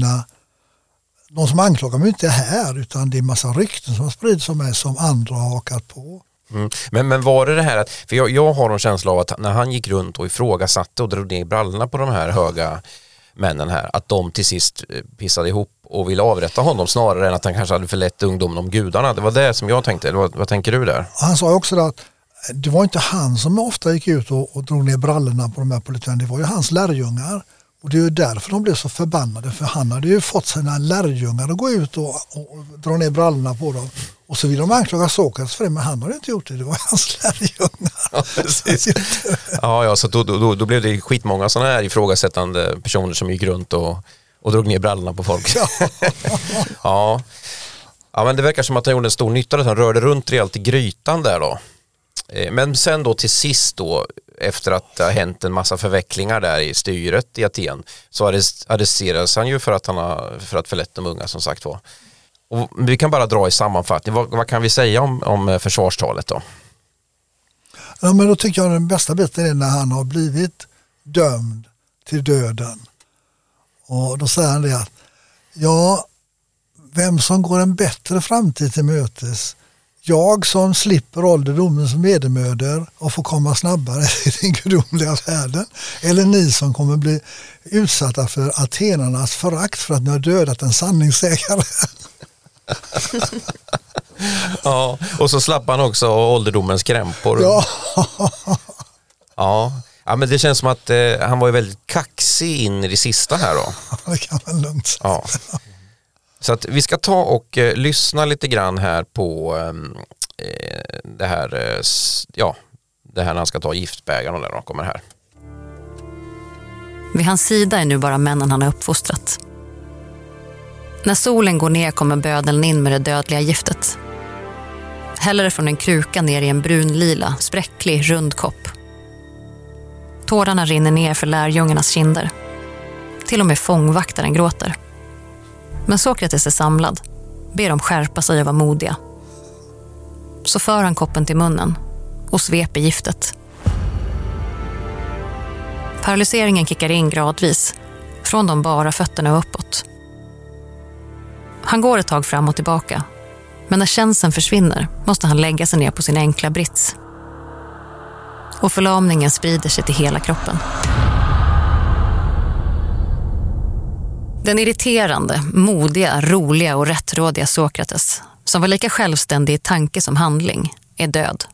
de som anklagar mig inte är här, utan det är massa rykten som har spridits om mig som andra har hakat på. Men var det här att, för jag har en känsla av att när han gick runt och ifrågasatte och drog ner brallorna på de här höga männen här, att de till sist pissade ihop och ville avrätta honom snarare än att han kanske hade förlett ungdomen om gudarna. Det var det som jag tänkte, eller vad tänker du där? Han sa också att det var inte han som ofta gick ut och drog ner brallorna på de här politikerna, det var ju hans lärjungar. Och det är ju därför de blev så förbannade, för han hade ju fått sina lärjungar att gå ut och dra ner brallorna på dem. Och så vill de anklaga Sokrates för det, men han hade inte gjort det. Det var hans lärjungar. Ja, precis. Ja, så då blev det skitmånga sådana här ifrågasättande personer som gick runt och drog ner brallorna på folk. Ja. Ja, men det verkar som att han gjorde en stor nytta, att han rörde runt rejält i grytan där då. Men sen då till sist då, efter att det har hänt en massa förvecklingar där i styret i Aten, så arresterades han ju för att förlett de unga, som sagt var. Och vi kan bara dra i sammanfattning. Vad kan vi säga om försvarstalet då? Ja, men då tycker jag den bästa biten är när han har blivit dömd till döden. Och då säger han det att vem som går en bättre framtid till mötes, jag som slipper ålderdomens vedermödor och får komma snabbare i den gudomliga världen, eller ni som kommer bli utsatta för atenarnas förakt för att ni har dödat en sanningssägare. Ja, och så slapp han också ålderdomens krämpor. Ja, men det känns som att han var ju väldigt kaxig in i det sista här då. Det kan man lugnt säga. Ja. Så att vi ska ta och lyssna lite grann här på det här när han ska ta giftbägaren, och när de kommer här. Vid hans sida är nu bara männen han har uppfostrat. När solen går ner kommer bödeln in med det dödliga giftet. Häller det från en kruka ner i en brunlila, spräcklig, rund kopp. Tårarna rinner ner för lärjungarnas kinder. Till och med fångvaktaren gråter. Men Sokrates är samlad, ber dem skärpa sig och vara modiga. Så för han koppen till munnen och sveper giftet. Paralyseringen kickar in gradvis, från de bara fötterna och uppåt. Han går ett tag fram och tillbaka, men när känseln försvinner måste han lägga sig ner på sin enkla brits. Och förlamningen sprider sig till hela kroppen. Den irriterande, modiga, roliga och rättrådiga Sokrates, som var lika självständig i tanke som handling, är död.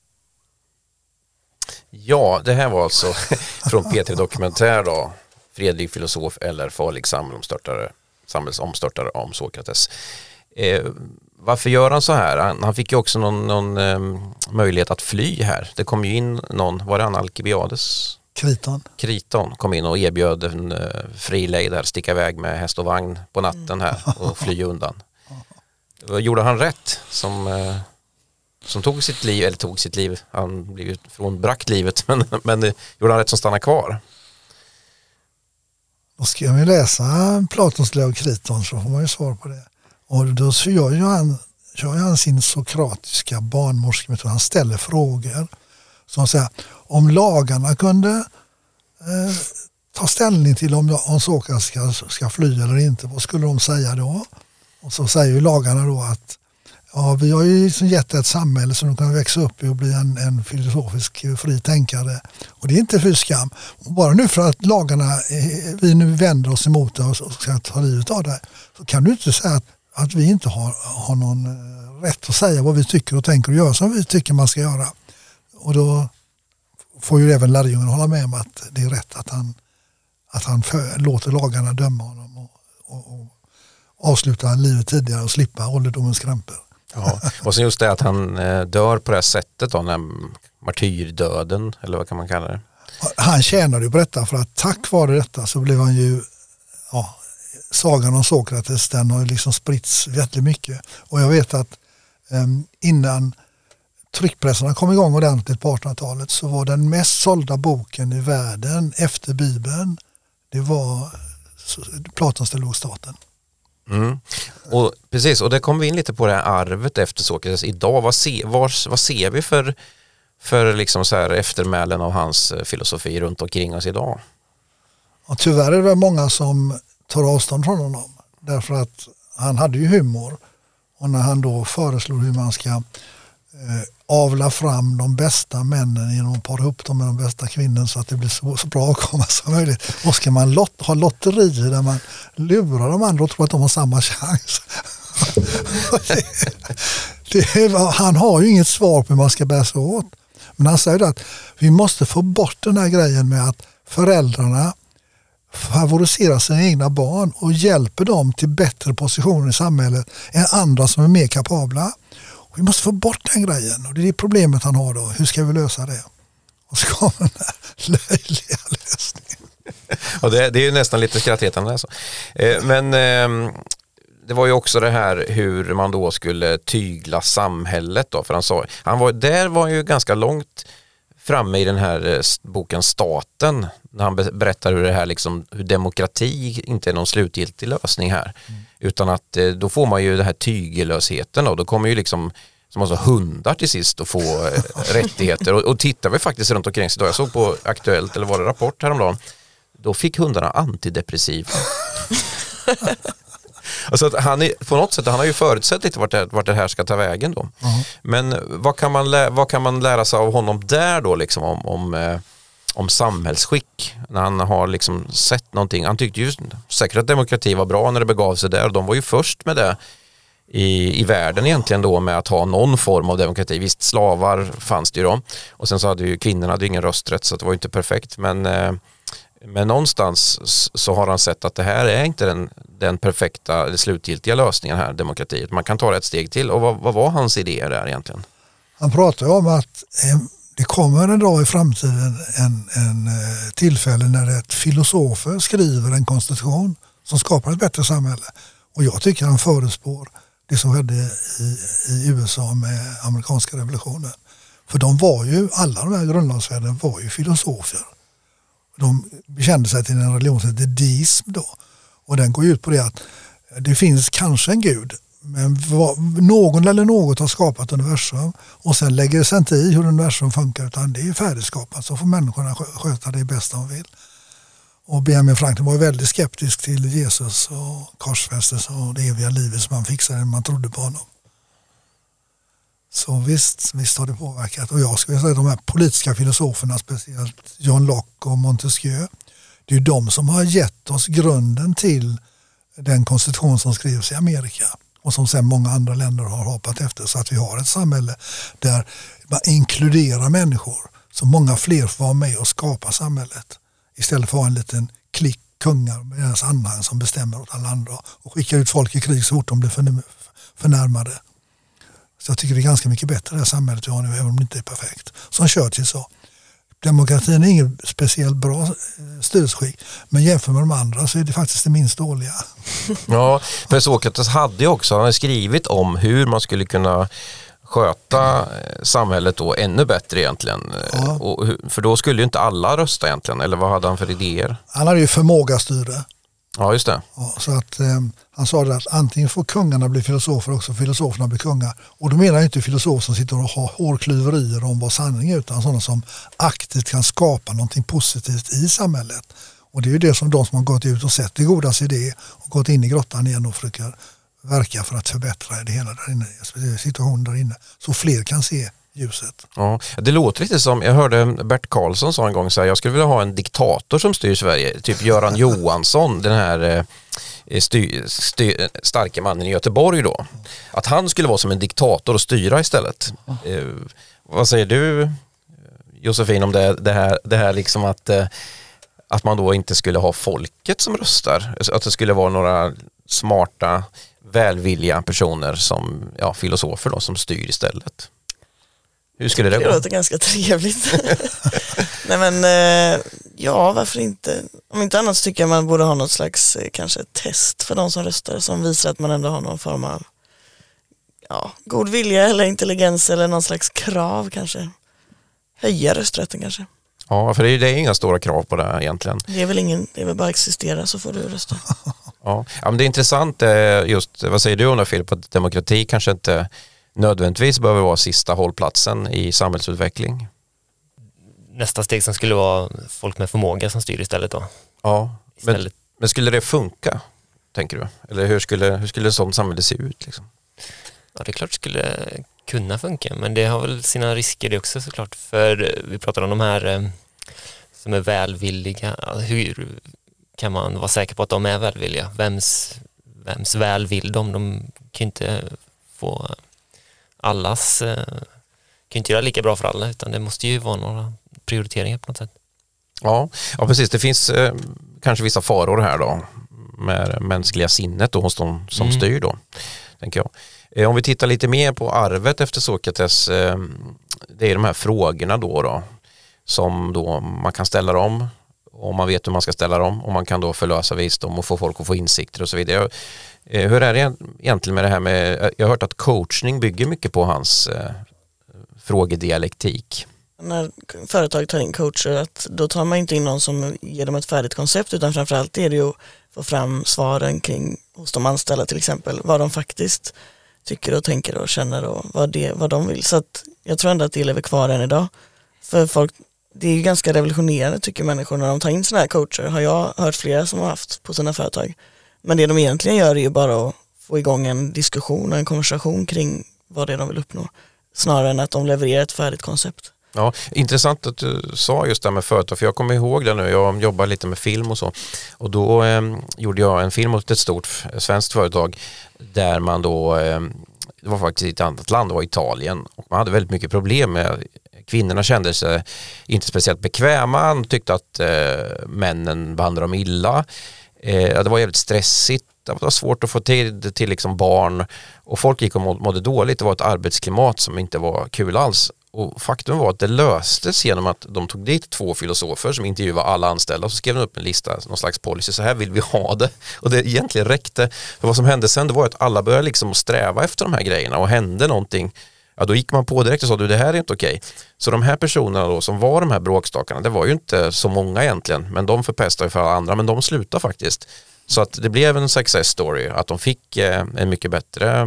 Ja, det här var alltså från P3 Dokumentär då. Fredlig filosof eller farlig samhällsomstörtare om Sokrates. Varför gör han så här? Han fick ju också någon möjlighet att fly här. Det kom ju in någon, var det han Alkibiades? Kriton kom in och erbjöd en frilejd där, sticka iväg med häst och vagn på natten här och fly undan. Gjorde han rätt som tog sitt liv, han blev från brakt livet, men gjorde han rätt som stannade kvar? Då ska man ju läsa Platons Leo och Kriton, så får man ju svar på det. Och då så kör han sin sokratiska barnmorskemetod. Han ställer frågor. Som säger, om lagarna kunde ta ställning till om Sokrates ska fly eller inte, vad skulle de säga då? Och så säger ju lagarna då att ja, vi har ju liksom gett ett samhälle som de kan växa upp i och bli en filosofisk fri tänkare. Och det är inte för skam. Bara nu för att lagarna, vi nu vänder oss emot det och ska ta livet av det, så kan du inte säga att vi inte har någon rätt att säga vad vi tycker och tänker och göra som vi tycker man ska göra. Och då får ju även lärjungen hålla med om att det är rätt att han låter lagarna döma honom och avsluta livet tidigare och slippa ålderdomens krämpor. Ja, och sen just det att han dör på det här sättet då, när martyrdöden, eller vad kan man kalla det? Han tjänade ju på detta, för att tack vare detta så blev han ju, sagan om Sokrates, den har ju liksom spritts väldigt mycket. Och jag vet att innan tryckpressarna kom igång ordentligt på 1800-talet så var den mest sålda boken i världen efter Bibeln, det var Platons De Log Staten. Mm. Och precis, och det kommer vi in lite på det här arvet efter Sokrates idag. Vad ser vi för liksom så här eftermälen av hans filosofi runt omkring oss idag? Och tyvärr är det många som tar avstånd från honom, därför att han hade ju humor, och när han då föreslår hur man ska avla fram de bästa männen genom att para ihop dem med de bästa kvinnorna så att det blir så bra avkomma som möjligt. Och ska man ha lotterier där man lurar de andra och tror att de har samma chans. Han har ju inget svar på hur man ska bära sig åt. Men han säger att vi måste få bort den här grejen med att föräldrarna favoriserar sina egna barn och hjälper dem till bättre positioner i samhället än andra som är mer kapabla. Vi måste få bort den grejen, och det är det problemet han har då. Hur ska vi lösa det? Och så kommer den här löjliga lösningen. Och det är ju nästan lite skrattretande alltså. Men det var ju också det här hur man då skulle tygla samhället då, för han var ju ganska långt framme i den här boken Staten, när han berättar hur det här liksom, hur demokrati inte är någon slutgiltig lösning här, utan att då får man ju den här tygellösheten och då kommer ju liksom som alltså hundar till sist att få rättigheter, och tittar vi faktiskt runt omkring sig idag, jag såg på Aktuellt eller var det Rapport häromdagen, då fick hundarna antidepressiva. Alltså att på något sätt, han har ju förutsett lite vart det här ska ta vägen då. Men vad kan man lära sig av honom där då liksom om samhällsskick, när han har liksom sett någonting? Han tyckte ju säkert att demokrati var bra när det begav sig där, och de var ju först med det i världen egentligen då, med att ha någon form av demokrati. Visst, slavar fanns det ju då, och sen så hade ju kvinnorna ingen rösträtt, så det var ju inte perfekt, men någonstans så har han sett att det här är inte den perfekta eller slutgiltiga lösningen här, demokratiet. Man kan ta det ett steg till. Och vad var hans idéer där egentligen? Han pratar om att det kommer en dag i framtiden en tillfälle när ett filosofer skriver en konstitution som skapar ett bättre samhälle. Och jag tycker han förutspår det som skedde i USA med amerikanska revolutionen. För alla de här grundlagsfäderna var ju filosofer. De bekände sig till en religion som heter deism då. Och den går ut på det att det finns kanske en gud, men någon eller något har skapat universum, och sen lägger det sig inte i hur universum funkar, utan det är färdigskapat, så får människorna sköta det bäst de vill. Och Benjamin Franklin var ju väldigt skeptisk till Jesus och korsfästelsen och det eviga livet som han fixade när man trodde på honom. Så visst har det påverkat. Och jag skulle säga att de här politiska filosoferna, speciellt John Locke och Montesquieu, det är ju de som har gett oss grunden till den konstitution som skrevs i Amerika och som sedan många andra länder har hoppat efter, så att vi har ett samhälle där man inkluderar människor så många fler får vara med och skapa samhället istället för att ha en liten klick kungar med deras anhang som bestämmer åt alla andra och skickar ut folk i krig så fort de blir förnärmade. Så jag tycker det är ganska mycket bättre det här samhället vi har nu, även om det inte är perfekt. Som Churchill sa. Demokratin är ingen speciellt bra styrelseskick, men jämför med de andra så är det faktiskt det minst dåliga. Ja, för Sokrates hade ju också, han hade skrivit om hur man skulle kunna sköta samhället då ännu bättre egentligen. Ja. Och, för då skulle ju inte alla rösta egentligen, eller vad hade han för idéer? Han hade ju förmågastyre. Ja, just det. Ja, så att han sa det att antingen får kungarna bli filosofer också, filosoferna blir kungar. Och då menar jag inte filosofer som sitter och har hårklyverier om vad sanning är, utan sådana som aktivt kan skapa någonting positivt i samhället. Och det är ju det som de som har gått ut och sett det godas idé och gått in i grottan igen och försöker verka för att förbättra det hela där inne, situationen där inne. Så fler kan se ljuset. Ja, det låter lite som, jag hörde Bert Karlsson sa en gång så här, jag skulle vilja ha en diktator som styr Sverige, typ Göran Johansson, den här starka mannen i Göteborg då. Att han skulle vara som en diktator och styra istället. Vad säger du, Josefin, om det här liksom att man då inte skulle ha folket som röstar, att det skulle vara några smarta, välvilliga personer som filosofer då, som styr istället? Hur skulle det gå? Det låter ganska trevligt. Nej men, varför inte? Om inte annat så tycker jag man borde ha något slags kanske test för de som röstar som visar att man ändå har någon form av god vilja eller intelligens eller någon slags krav kanske. Höja rösträtten kanske. Ja, för det är inga stora krav på det här egentligen. Det är väl bara existera så får du rösta. Ja, men det är intressant just, vad säger du om Filip, att demokrati kanske inte nödvändigtvis behöver vara sista hållplatsen i samhällsutveckling? Nästa steg som skulle vara folk med förmåga som styr istället då. Ja, men skulle det funka, tänker du? Eller hur skulle ett sådant samhälle se ut liksom? Ja, det är klart skulle kunna funka, men det har väl sina risker det också såklart. För vi pratar om de här som är välvilliga. Hur kan man vara säker på att de är välvilliga? Vems väl vill de? De kan inte få allas, kan inte göra lika bra för alla, utan det måste ju vara några prioriteringar på något sätt. Ja precis. Det finns kanske vissa faror här då med mänskliga sinnet då, hos de som styr då, tänker jag. Om vi tittar lite mer på arvet efter Sokrates, det är de här frågorna då som då man kan ställa dem och man vet hur man ska ställa dem och man kan då förlösa visdom och få folk att få insikter och så vidare. Hur är det egentligen med det här med, jag har hört att coachning bygger mycket på hans frågedialektik. När företag tar in coacher, då tar man inte in någon som ger dem ett färdigt koncept, utan framförallt är det ju att få fram svaren kring hos de anställda till exempel, vad de faktiskt tycker och tänker och känner och vad de vill. Så att jag tror ändå att det lever kvar än idag. För folk, det är ju ganska revolutionerande tycker människor när de tar in såna här coacher. Har jag hört flera som har haft på sina företag. Men det de egentligen gör är ju bara att få igång en diskussion och en konversation kring vad det är de vill uppnå. Snarare än att de levererar ett färdigt koncept. Ja, intressant att du sa just det med företag, för jag kommer ihåg det nu, jag jobbar lite med film och så, och då gjorde jag en film åt ett stort svenskt företag där man då, det var faktiskt i ett annat land, det var Italien, och man hade väldigt mycket problem med, kvinnorna kände sig inte speciellt bekväma, de tyckte att männen behandlade dem illa, det var jävligt stressigt, det var svårt att få tid till liksom barn, och folk gick och mådde dåligt, det var ett arbetsklimat som inte var kul alls. Och faktum var att det löstes genom att de tog dit 2 filosofer som intervjuade alla anställda och så skrev de upp en lista, någon slags policy, så här vill vi ha det. Och det egentligen räckte. För vad som hände sen, det var att alla började liksom sträva efter de här grejerna, och hände någonting, då gick man på direkt och sa det här är inte okej. Så de här personerna då som var de här bråkstakarna, det var ju inte så många egentligen, men de förpestade för alla andra, men de slutade faktiskt. Så att det blev en success story, att de fick en mycket bättre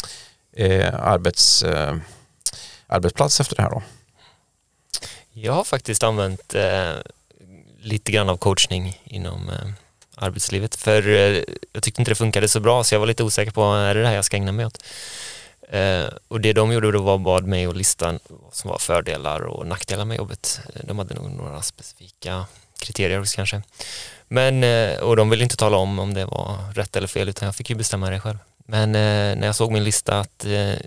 arbetsplats efter det här då. Jag har faktiskt använt lite grann av coachning inom arbetslivet, för jag tyckte inte det funkade så bra, så jag var lite osäker på, är det här jag ska ägna mig åt? Och det de gjorde då var bad mig att lista vad som var fördelar och nackdelar med jobbet. De hade nog några specifika kriterier också kanske. Men, och de ville inte tala om det var rätt eller fel, utan jag fick ju bestämma det själv. Men när jag såg min lista att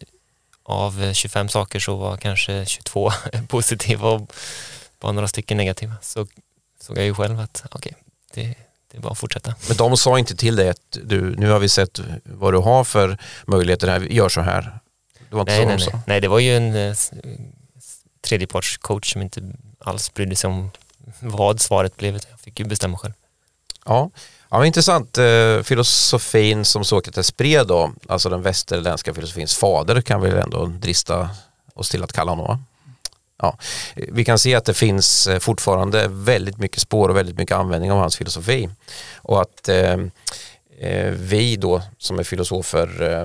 av 25 saker så var kanske 22 positiva och bara några stycken negativa, så såg jag ju själv att okej, det är bara att fortsätta. Men de sa inte till dig att nu har vi sett vad du har för möjligheter här, gör så här? Det var inte nej, det var ju en tredjepartscoach som inte alls brydde sig om vad svaret blev. Jag fick ju bestämma själv. Ja, men intressant. Filosofin som Sokrates spred då, alltså den västerländska filosofins fader, kan vi ändå drista oss till att kalla honom. Ja, vi kan se att det finns fortfarande väldigt mycket spår och väldigt mycket användning av hans filosofi. Och att vi då som är filosofer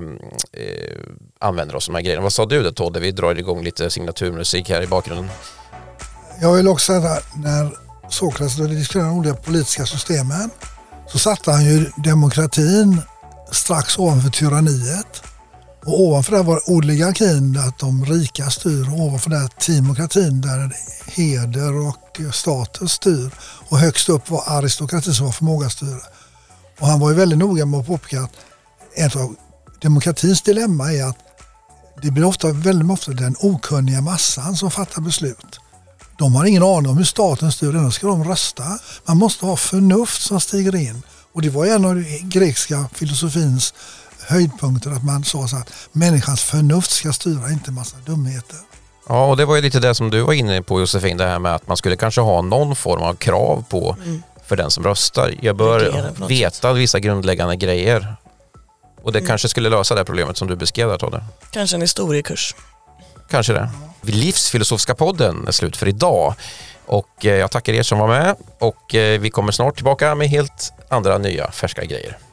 använder oss av de här grejerna. Vad sa du då, Todde? Vi drar igång lite signaturmusik här i bakgrunden. Jag vill också säga att när Sokrates diskuterade de olika politiska systemen så satte han ju demokratin strax ovanför tyranniet. Och ovanför det var oligarkin, att de rika styr, och ovanför det timokratin där heder och status styr. Och högst upp var aristokrati som var förmågastyre. Och han var ju väldigt noga med att påpeka att ett av demokratins dilemma är att det blir väldigt ofta den okunniga massan som fattar beslut. De har ingen aning om hur staten styr, då ska de rösta. Man måste ha förnuft som stiger in. Och det var en av grekiska filosofins höjdpunkter, att man sa så att människans förnuft ska styra, inte massa dumheter. Ja, och det var ju lite det som du var inne på, Josefin, det här med att man skulle kanske ha någon form av krav på för den som röstar. Jag bör veta vissa grundläggande grejer. Och det kanske skulle lösa det problemet som du beskrev där, Todde. Kanske en historiekurs. Kanske det. Livsfilosofiska podden är slut för idag. Och jag tackar er som var med. Och vi kommer snart tillbaka med helt andra nya färska grejer.